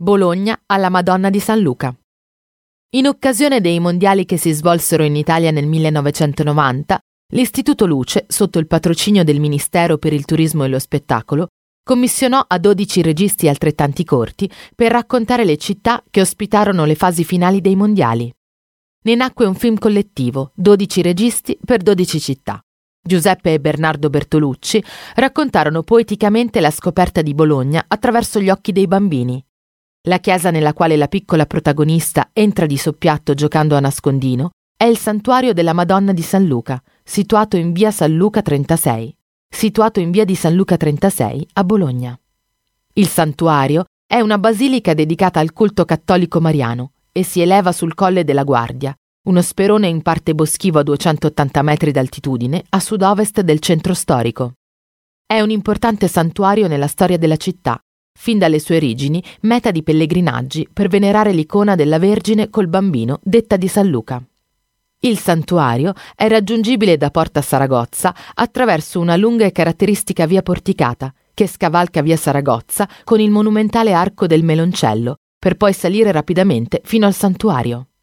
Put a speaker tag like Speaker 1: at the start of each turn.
Speaker 1: Bologna alla Madonna di San Luca. In occasione dei mondiali che si svolsero in Italia nel 1990, l'Istituto Luce, sotto il patrocinio del Ministero per il Turismo e lo Spettacolo, commissionò a 12 registi altrettanti corti per raccontare le città che ospitarono le fasi finali dei mondiali. Ne nacque un film collettivo, 12 registi per 12 città. Giuseppe e Bernardo Bertolucci raccontarono poeticamente la scoperta di Bologna attraverso gli occhi dei bambini. La chiesa nella quale la piccola protagonista entra di soppiatto giocando a nascondino è il santuario della Madonna di San Luca, situato in via San Luca 36, situato in via di San Luca 36 a Bologna. Il santuario è una basilica dedicata al culto cattolico mariano e si eleva sul Colle della Guardia, uno sperone in parte boschivo a 280 metri d'altitudine a sud-ovest del centro storico. È un importante santuario nella storia della città, fin dalle sue origini meta di pellegrinaggi per venerare l'icona della Vergine col bambino detta di San Luca. Il santuario è raggiungibile da Porta Saragozza attraverso una lunga e caratteristica via porticata che scavalca via Saragozza con il monumentale arco del Meloncello per poi salire rapidamente fino al santuario.